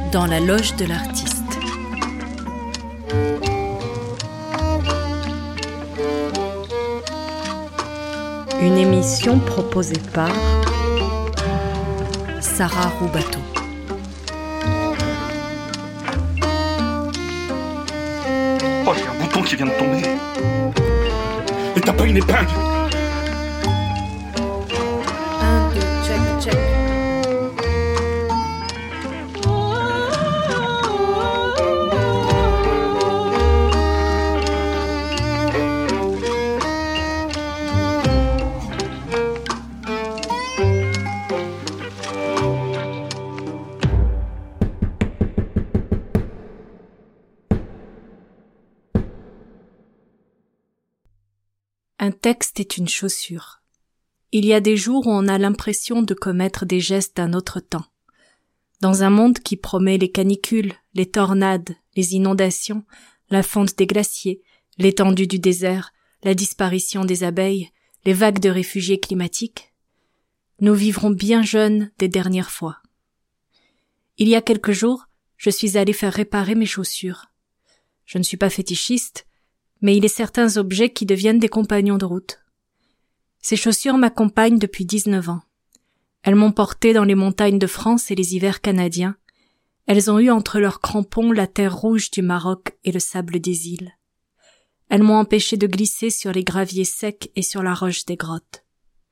dans la loge de l'artiste. Une émission proposée par Sarah Roubateau. Oh, j'ai un bouton qui vient de tomber. Et t'as pas une épingle? 1, 2, check. Un texte est une chaussure. Il y a des jours où on a l'impression de commettre des gestes d'un autre temps. Dans un monde qui promet les canicules, les tornades, les inondations, la fonte des glaciers, l'étendue du désert, la disparition des abeilles, les vagues de réfugiés climatiques, nous vivrons bien jeunes des dernières fois. Il y a quelques jours, je suis allée faire réparer mes chaussures. Je ne suis pas fétichiste, mais il est certains objets qui deviennent des compagnons de route. Ces chaussures m'accompagnent depuis 19 ans. Elles m'ont porté dans les montagnes de France et les hivers canadiens. Elles ont eu entre leurs crampons la terre rouge du Maroc et le sable des îles. Elles m'ont empêché de glisser sur les graviers secs et sur la roche des grottes.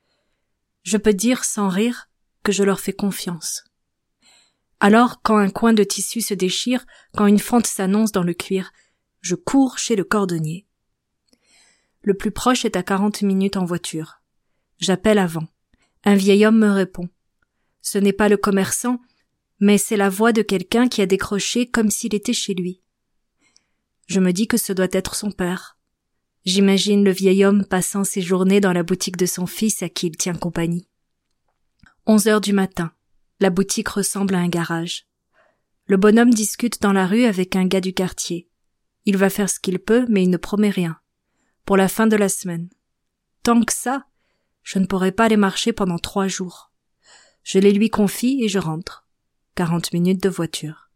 Je peux dire sans rire que je leur fais confiance. Alors, quand un coin de tissu se déchire, quand une fente s'annonce dans le cuir, je cours chez le cordonnier. Le plus proche est à 40 minutes en voiture. J'appelle avant. Un vieil homme me répond. Ce n'est pas le commerçant, mais c'est la voix de quelqu'un qui a décroché comme s'il était chez lui. Je me dis que ce doit être son père. J'imagine le vieil homme passant ses journées dans la boutique de son fils à qui il tient compagnie. 11 heures du matin. La boutique ressemble à un garage. Le bonhomme discute dans la rue avec un gars du quartier. Il va faire ce qu'il peut, mais il ne promet rien. Pour la fin de la semaine. Tant que ça, je ne pourrai pas aller marcher pendant 3 jours. Je les lui confie et je rentre. 40 minutes de voiture.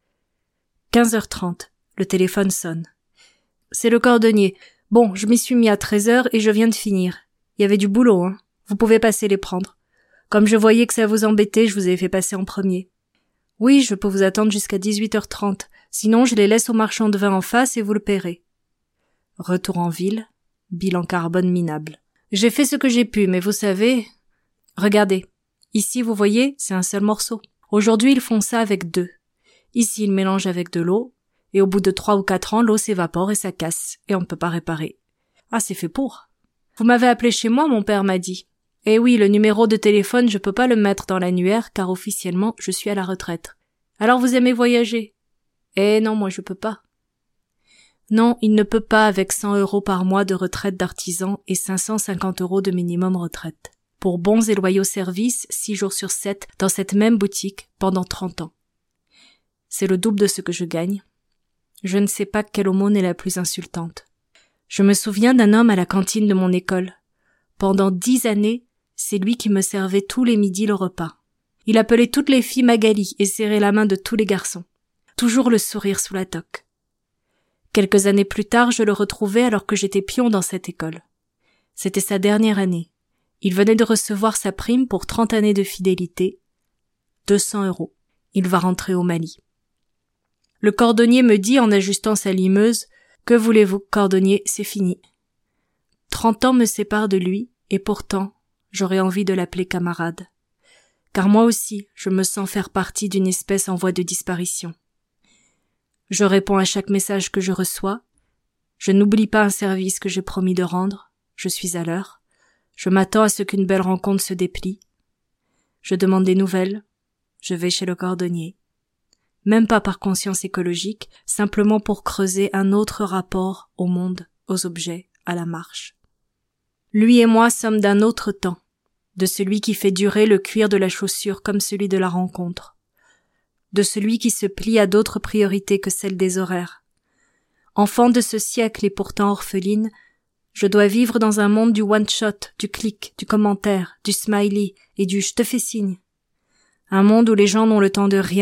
15h30, le téléphone sonne. C'est le cordonnier. Bon, je m'y suis mis à 13h et je viens de finir. Il y avait du boulot, hein. Vous pouvez passer les prendre. Comme je voyais que ça vous embêtait, je vous ai fait passer en premier. Oui, je peux vous attendre jusqu'à 18h30. Sinon, je les laisse au marchand de vin en face et vous le paierez. Retour en ville, bilan carbone minable. J'ai fait ce que j'ai pu, mais vous savez... Regardez, ici, vous voyez, c'est un seul morceau. Aujourd'hui, ils font ça avec 2. Ici, ils mélangent avec de l'eau, et au bout de 3 ou 4 ans, l'eau s'évapore et ça casse, et on ne peut pas réparer. Ah, c'est fait pour. Vous m'avez appelé chez moi, mon père m'a dit. Eh oui, le numéro de téléphone, je peux pas le mettre dans l'annuaire, car officiellement, je suis à la retraite. Alors vous aimez voyager? Eh non, moi je peux pas. Non, il ne peut pas avec 100 € par mois de retraite d'artisan et 550 € de minimum retraite. Pour bons et loyaux services, 6 jours sur 7, dans cette même boutique, pendant 30 ans. C'est le double de ce que je gagne. Je ne sais pas quelle aumône est la plus insultante. Je me souviens d'un homme à la cantine de mon école. Pendant 10 années, c'est lui qui me servait tous les midis le repas. Il appelait toutes les filles Magali et serrait la main de tous les garçons. Toujours le sourire sous la toque. Quelques années plus tard, je le retrouvais alors que j'étais pion dans cette école. C'était sa dernière année. Il venait de recevoir sa prime pour 30 années de fidélité. 200 €. Il va rentrer au Mali. Le cordonnier me dit en ajustant sa limeuse « Que voulez-vous, cordonnier, c'est fini. » 30 ans me séparent de lui, et pourtant, j'aurais envie de l'appeler camarade. Car moi aussi, je me sens faire partie d'une espèce en voie de disparition. Je réponds à chaque message que je reçois. Je n'oublie pas un service que j'ai promis de rendre. Je suis à l'heure. Je m'attends à ce qu'une belle rencontre se déplie. Je demande des nouvelles. Je vais chez le cordonnier. Même pas par conscience écologique, simplement pour creuser un autre rapport au monde, aux objets, à la marche. Lui et moi sommes d'un autre temps, de celui qui fait durer le cuir de la chaussure comme celui de la rencontre, de celui qui se plie à d'autres priorités que celles des horaires. Enfant de ce siècle et pourtant orpheline, je dois vivre dans un monde du one-shot, du clic, du commentaire, du smiley et du « je te fais signe ». Un monde où les gens n'ont le temps de rien,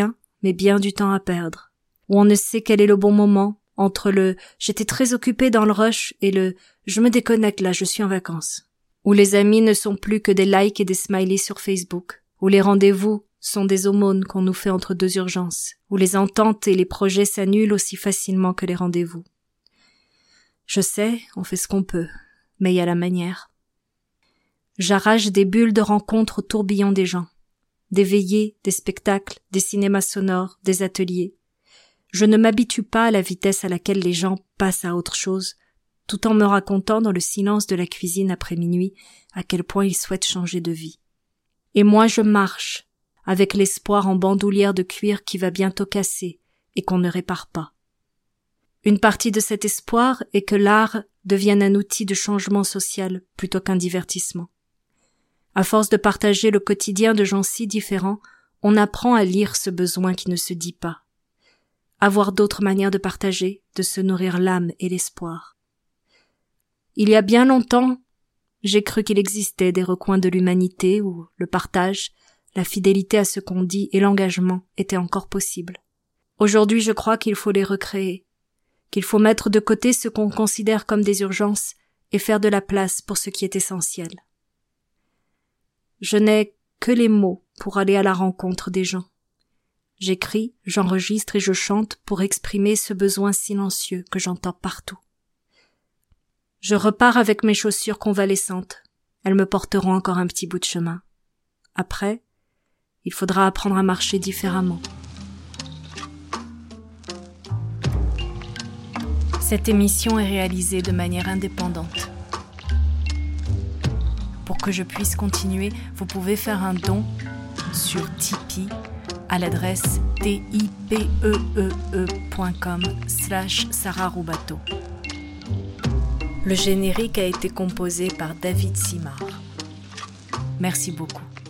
mais bien du temps à perdre, où on ne sait quel est le bon moment entre le « j'étais très occupé dans le rush » et le « je me déconnecte là, je suis en vacances », où les amis ne sont plus que des likes et des smileys sur Facebook, où les rendez-vous sont des aumônes qu'on nous fait entre deux urgences, où les ententes et les projets s'annulent aussi facilement que les rendez-vous. Je sais, on fait ce qu'on peut, mais il y a la manière. J'arrache des bulles de rencontres au tourbillon des gens, des veillées, des spectacles, des cinémas sonores, des ateliers. Je ne m'habitue pas à la vitesse à laquelle les gens passent à autre chose, tout en me racontant dans le silence de la cuisine après minuit à quel point ils souhaitent changer de vie. Et moi je marche, avec l'espoir en bandoulière de cuir qui va bientôt casser et qu'on ne répare pas. Une partie de cet espoir est que l'art devienne un outil de changement social plutôt qu'un divertissement. À force de partager le quotidien de gens si différents, on apprend à lire ce besoin qui ne se dit pas. Avoir d'autres manières de partager, de se nourrir l'âme et l'espoir. Il y a bien longtemps, j'ai cru qu'il existait des recoins de l'humanité où le partage, la fidélité à ce qu'on dit et l'engagement étaient encore possibles. Aujourd'hui, je crois qu'il faut les recréer, qu'il faut mettre de côté ce qu'on considère comme des urgences et faire de la place pour ce qui est essentiel. Je n'ai que les mots pour aller à la rencontre des gens. J'écris, j'enregistre et je chante pour exprimer ce besoin silencieux que j'entends partout. Je repars avec mes chaussures convalescentes. Elles me porteront encore un petit bout de chemin. Après, il faudra apprendre à marcher différemment. Cette émission est réalisée de manière indépendante. Pour que je puisse continuer, vous pouvez faire un don sur Tipeee à l'adresse tipee.com/Sarah Roubateau. Le générique a été composé par David Simard. Merci beaucoup.